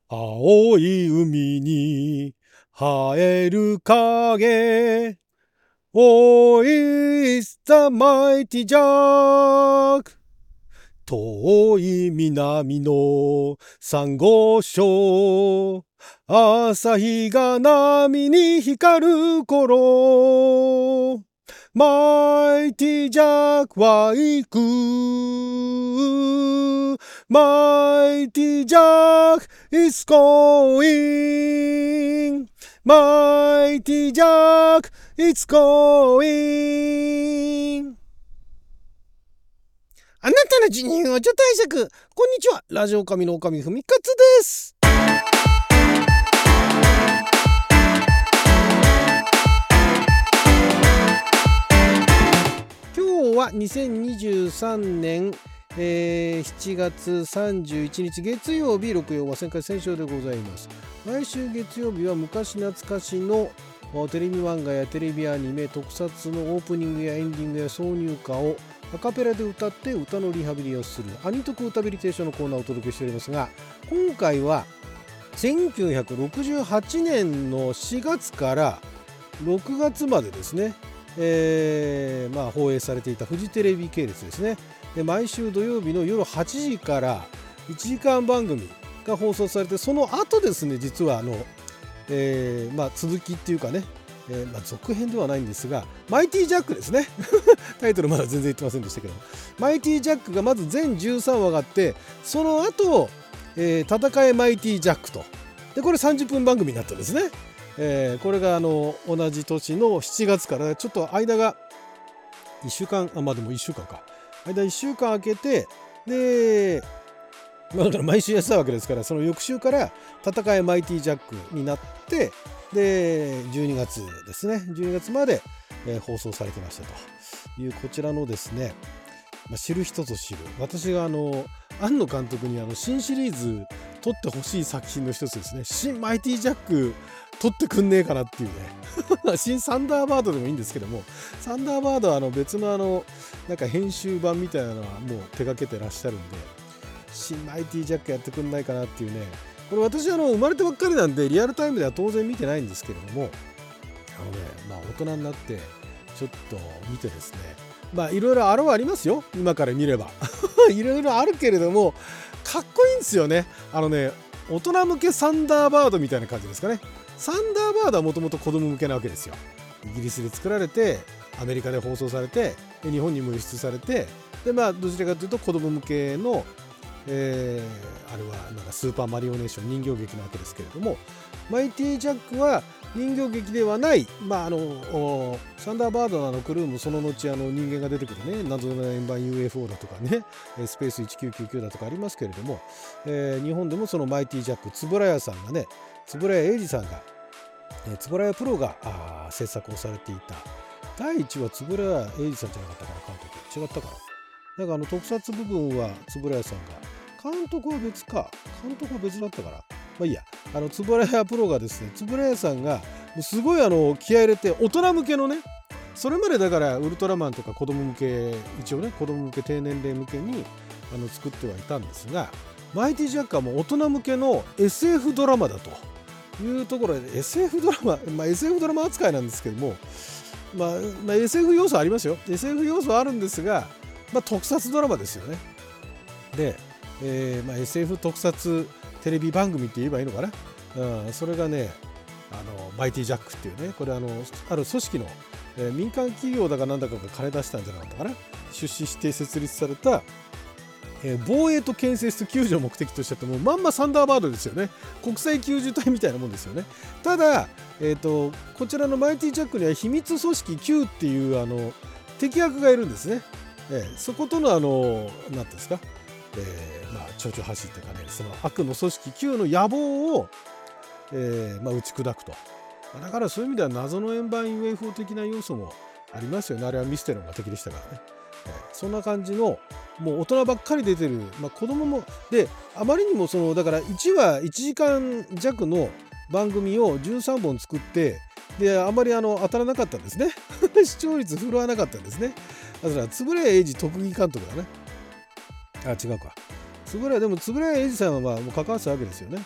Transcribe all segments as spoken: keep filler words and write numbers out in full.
青い海に生える影。Oh, is the mighty Jack。遠い南のサンゴ礁。朝日が波に光る頃。マイティジャックは行く。マイティジャック is going。マイティジャック is going。あなたの授乳をちょ対策。こんにちは。ラジオ神のおかみふみかつです。今日はにせんにじゅうさんねん、えー、しちがつさんじゅういちにち月曜日、六曜は旋回戦勝でございます。毎週月曜日は昔懐かしのテレビ漫画やテレビアニメ、特撮のオープニングやエンディングや挿入歌をアカペラで歌って歌のリハビリをするアニトク歌ビリテーションのコーナーをお届けしておりますが、今回はせんきゅうひゃくろくじゅうはちねんのしがつからろくがつまでですね、えーまあ、放映されていたフジテレビ系列ですね。で、毎週土曜日の夜はちじからいちじかん番組が放送されて、その後ですね、実はあの、えーまあ、続きっていうかね、えーまあ、続編ではないんですが、マイティジャックですねタイトルまだ全然言ってませんでしたけど、マイティジャックがまず全じゅうさんわがあって、その後、えー、戦えマイティジャックと、でこれさんじゅっぷん番組になったんですね。えー、これがあの同じ年のしちがつからちょっと間がいっしゅうかん、あまあでもいっしゅうかんか、間いっしゅうかん空けて、でまあ、だから毎週やってたわけですから、その翌週から戦えマイティジャックになって、でじゅうにがつですね、じゅうにがつまで、えー、放送されてましたというこちらのですね、まあ、知る人ぞ知る、私があの庵野監督にあの新シリーズ撮ってほしい作品の一つですね。新マイティジャック撮ってくんねえかなっていうね新サンダーバードでもいいんですけども、サンダーバードはあの別のあのなんか編集版みたいなのはもう手掛けてらっしゃるんで、新マイティジャックやってくんないかなっていうね。これ私あの生まれてばっかりなんでリアルタイムでは当然見てないんですけれども、あのね、まあ大人になってちょっと見てですね、まあいろいろあろはありますよ、今から見ればいろいろあるけれどもかっこいいんですよね。あのね、大人向けサンダーバードみたいな感じですかね。サンダーバードはもともと子供向けなわけですよ。イギリスで作られてアメリカで放送されて日本にも輸出されて、でまあどちらかというと子供向けの、えー、あれはなんかスーパーマリオネーション人形劇なわけですけれども、マイティジャックは人形劇ではない、まあ、あのサンダーバードのあのクルーもその後あの人間が出てくるね、謎の円盤 ユーエフオー だとかね、スペースいちきゅうきゅうきゅうだとかありますけれども、えー、日本でもそのマイティジャック、円谷さんがね、円谷英二さんが、えー、円谷プロがあ制作をされていただいいちわ円谷英二さんじゃなかったかな、監督違ったかな、なんかあの特撮部分は円谷さんが、監督は別か、監督は別だったから、まあいいや、あの円谷プロがですね、円谷さんがすごいあの気合い入れて大人向けのね、それまでだからウルトラマンとか子供向け、一応ね子供向け低年齢向けにあの作ってはいたんですが、マイティジャックはもう大人向けの エスエフ ドラマだというところで、 エスエフ ドラマ、まあ エスエフ ドラマ扱いなんですけども、まあ、まあ エスエフ 要素ありますよ。 エスエフ 要素はあるんですが、まあ特撮ドラマですよね。で、えーまあ、エスエフ 特撮テレビ番組って言えばいいのかな、うん、それがね、あのマイティジャックっていうね、これあのある組織の、えー、民間企業だかなんだかが金出したんじゃなかったかな、出資して設立された、えー、防衛と建設と救助を目的としてって、もうまんまサンダーバードですよね。国際救助隊みたいなもんですよね。ただ、えーと、こちらのマイティジャックには秘密組織 Q っていうあの敵役がいるんですね。えー、そことのあの何ていうんですか、えーまあ、蝶々発っていうかね、その悪の組織 Q の野望を、えーまあ、打ち砕くと。だからそういう意味では謎の円盤 ユーエフオー 的な要素もありますよね。あれはミステロンが敵でしたからね。えー、そんな感じのもう大人ばっかり出てる、まあ、子供もで、あまりにもそのだからいちわいちじかんじゃくの番組をじゅうさんぼん作って、であまりあの当たらなかったんですね視聴率振るわなかったんですね。だから円谷英二特技監督だね。あ、違うか。円谷でも円谷英二さんはまあもう関わってたわけですよね。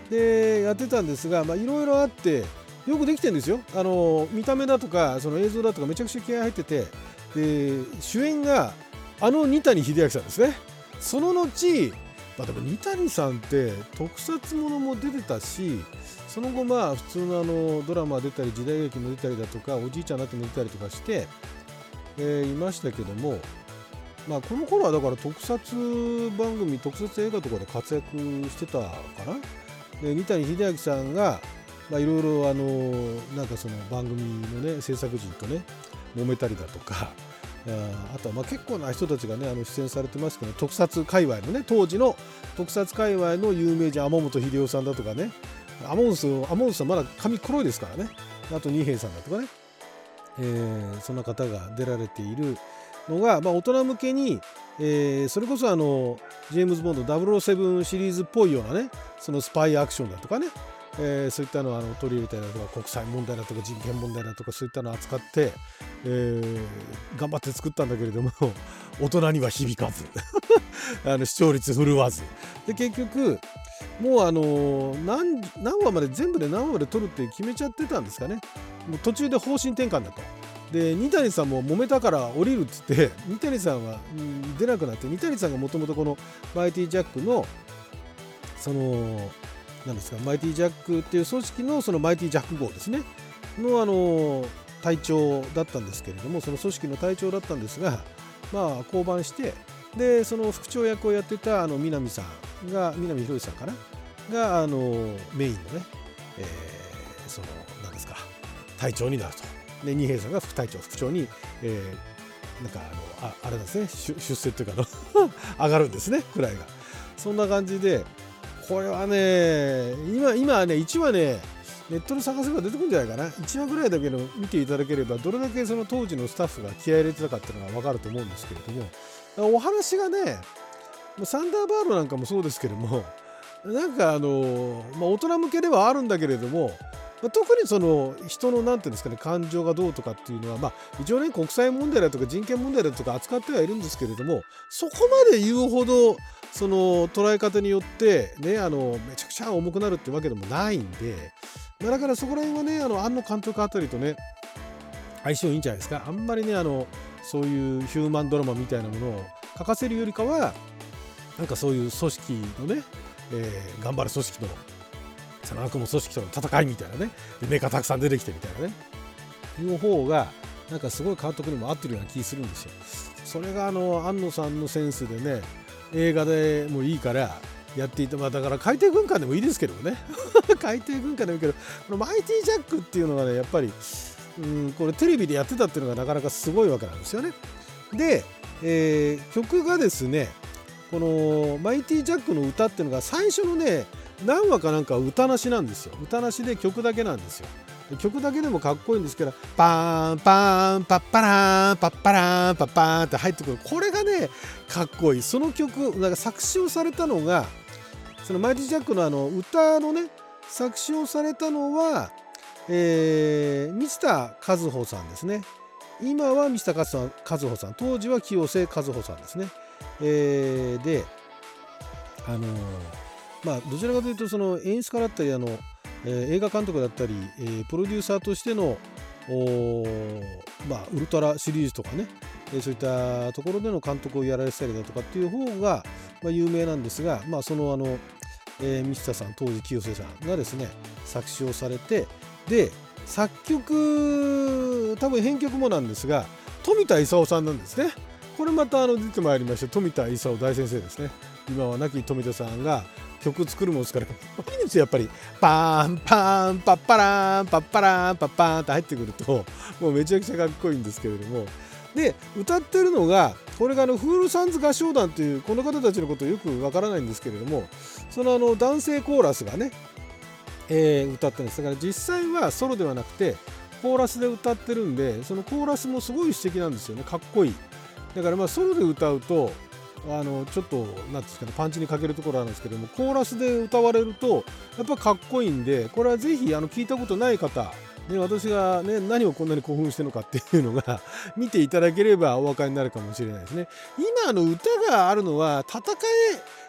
でやってたんですが、まあいろいろあってよくできてるんですよ。あの見た目だとかその映像だとかめちゃくちゃ気合入ってて、で主演があの二谷秀明さんですね。その後、まあ、でも二谷さんって特撮ものも出てたし、その後まあ普通のあのドラマ出たり時代劇も出たりだとかおじいちゃんになっても出たりとかして、えー、いましたけども、まあこの頃はだから特撮番組特撮映画とかで活躍してたかな。で二谷秀明さんがいろいろあのなんかその番組のね制作陣とね揉めたりだとか、あとはまあ結構な人たちがねあの出演されてますけど、特撮界隈のね当時の特撮界隈の有名人天本秀夫さんだとかね、天本さん天本さんまだ髪黒いですからね、あと二平さんだとかね、えー、そんな方が出られているのが、まあ、大人向けに、えー、それこそあのジェームズ・ボンドダブルオーセブンシリーズっぽいようなねそのスパイアクションだとかね、えー、そういったのをあの取り入れたりだとか国際問題だとか人権問題だとかそういったのを扱って、えー、頑張って作ったんだけれども大人には響かずあの視聴率振るわずで結局もうあのー、何, 何話まで全部で何話まで撮るって決めちゃってたんですかね。もう途中で方針転換だと。で二谷さんも揉めたから降りるっつって二谷さんは、うん、出なくなって、二谷さんがもともとこのマイティジャックのそのなんですかマイティジャックっていう組織のそのマイティジャック号ですねのあの隊長だったんですけれども、その組織の隊長だったんですが、まあ降板して、でその副長役をやってたあの南さんが南博さんかながあのメインのね、えー、そのなんですか隊長になると。で二平さんが副隊長副長に、えー、なんかあの あ, あれですね出世っていうかの上がるんですね位が。そんな感じでこれはね今今はねいちわねネットで探せば出てくるんじゃないかな。いちわぐらいだけの見ていただければどれだけその当時のスタッフが気合い入れてたかっていうのが分かると思うんですけれども、お話がねサンダーバードなんかもそうですけどもなんかあの、まあ、大人向けではあるんだけれども、まあ、特にその人のなんていうんですかね感情がどうとかっていうのはまあ一応ね国際問題だとか人権問題だとか扱ってはいるんですけれども、そこまで言うほどその捉え方によってねあのめちゃくちゃ重くなるってわけでもないんで、まあ、だからそこら辺はねあの庵野監督あたりとね相性いいんじゃないですか。あんまりねあのそういうヒューマンドラマみたいなものを書かせるよりかはなんかそういう組織のね、えー、頑張る組織のその悪の組織との戦いみたいなね、メカたくさん出てきてみたいなねいう方がなんかすごい監督にも合ってるような気するんですよ。それがあの庵野さんのセンスでね映画でもいいからやっていて、まあだから海底軍艦でもいいですけどもね海底軍艦でもいいけどこのマイティジャックっていうのがねやっぱりうんこれテレビでやってたっていうのがなかなかすごいわけなんですよね。で、えー、曲がですねこのマイティジャックの歌っていうのが最初のね何話かなんか歌なしなんですよ。歌なしで曲だけなんですよ。曲だけでもかっこいいんですけどパーンパーンパッパラーンパッパラーンパッパーンって入ってくるこれがねかっこいい。その曲なんか作詞をされたのがそのマイティジャックのあの歌のね作詞をされたのは、えー、ミスター和穂さんですね。今はミスター和穂さん、当時は清瀬和穂さんですね。えー、であのー、まあどちらかというとその演出家だったりあの、えー、映画監督だったり、えー、プロデューサーとしてのまあウルトラシリーズとかね、えー、そういったところでの監督をやられてたりだとかっていう方が、まあ、有名なんですが、まあそのあの、えー、ミスターさん当時清瀬さんがですね作詞をされて、で作曲多分編曲もなんですが富田勲さんなんですね。これまたあの出てまいりました富田勲大先生ですね。今は亡き富田さんが曲作るもんですから毎日やっぱりパーンパーンパッパラーンパッパラーンパッパーンって入ってくるともうめちゃくちゃかっこいいんですけれども、で歌ってるのがこれがあのフールサンズ合唱団というこの方たちのことよくわからないんですけれども、そのあの男性コーラスがね、えー、歌ってるんです。だから実際はソロではなくてコーラスで歌ってるんで、そのコーラスもすごい素敵なんですよね。かっこいい。だからまあソロで歌うとあのちょっとなんですかねパンチにかけるところあるんですけども、コーラスで歌われるとやっぱかっこいいんで、これはぜひあの聞いたことない方、ね、私が、ね、何をこんなに興奮してるのかっていうのが見ていただければお分かりになるかもしれないですね。今の歌があるのは戦え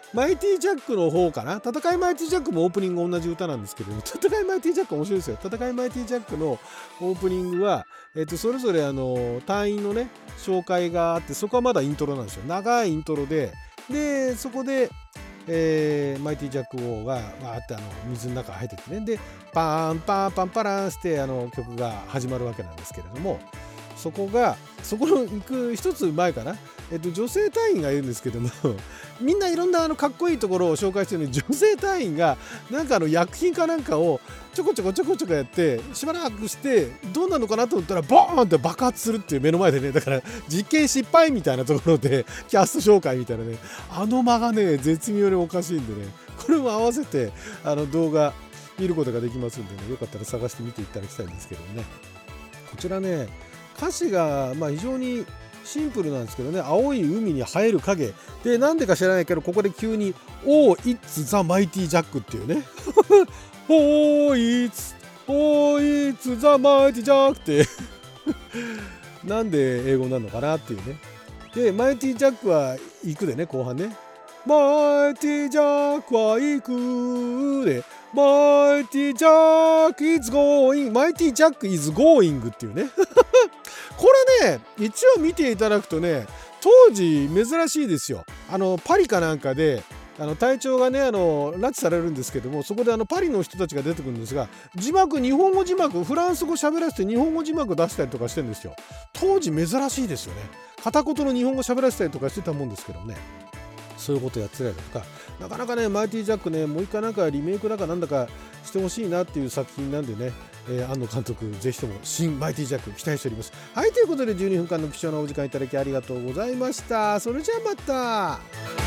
マイティジャックの方かな。戦いマイティジャックもオープニング同じ歌なんですけれども、戦いマイティジャック面白いですよ。戦いマイティジャックのオープニングは、えっと、それぞれあの隊員のね紹介があって、そこはまだイントロなんですよ。長いイントロで、でそこで、えー、マイティジャック王がわーってあの水の中入ってってね、でパーンパーンパンパランってあの曲が始まるわけなんですけれども、そこがそこの行く一つ前かな、えっと、女性隊員がいるんですけどもみんないろんなあのかっこいいところを紹介してるのに、女性隊員がなんかあの薬品かなんかをちょこちょこちょこちょこやってしばらくしてどうなのかなと思ったらボーンって爆発するっていう目の前でね、だから実験失敗みたいなところでキャスト紹介みたいなね、あの間がね絶妙におかしいんでね、これも合わせてあの動画見ることができますんでね、よかったら探してみていただきたいんですけどね。こちらね歌詞がまあ非常にシンプルなんですけどね、青い海に生える影で、なんでか知らないけどここで急に「Oh it's the mighty Jack」っていうね「Oh it's Oh it's the mighty Jack」ってなんで英語なのかなっていうね。でマイティジャックは行くでね、後半ね「マイティジャックは行く」で「マイティジャック is going」「マイティジャック is going」っていうねこれね一応見ていただくとね、当時珍しいですよ。あのパリかなんかであの隊長がねあの拉致されるんですけども、そこであのパリの人たちが出てくるんですが、字幕日本語字幕フランス語喋らせて日本語字幕出したりとかしてるんですよ。当時珍しいですよね。片言の日本語喋らせたりとかしてたもんですけどね、そういうことやってたりとか、なかなかねマイティジャックねもう一回なんかリメイクだかなんだかしてほしいなっていう作品なんでね、えー、庵野監督ぜひとも新マイティジャック期待しております。はい、ということでじゅうにふんかんの貴重なお時間いただきありがとうございました。それじゃあまた。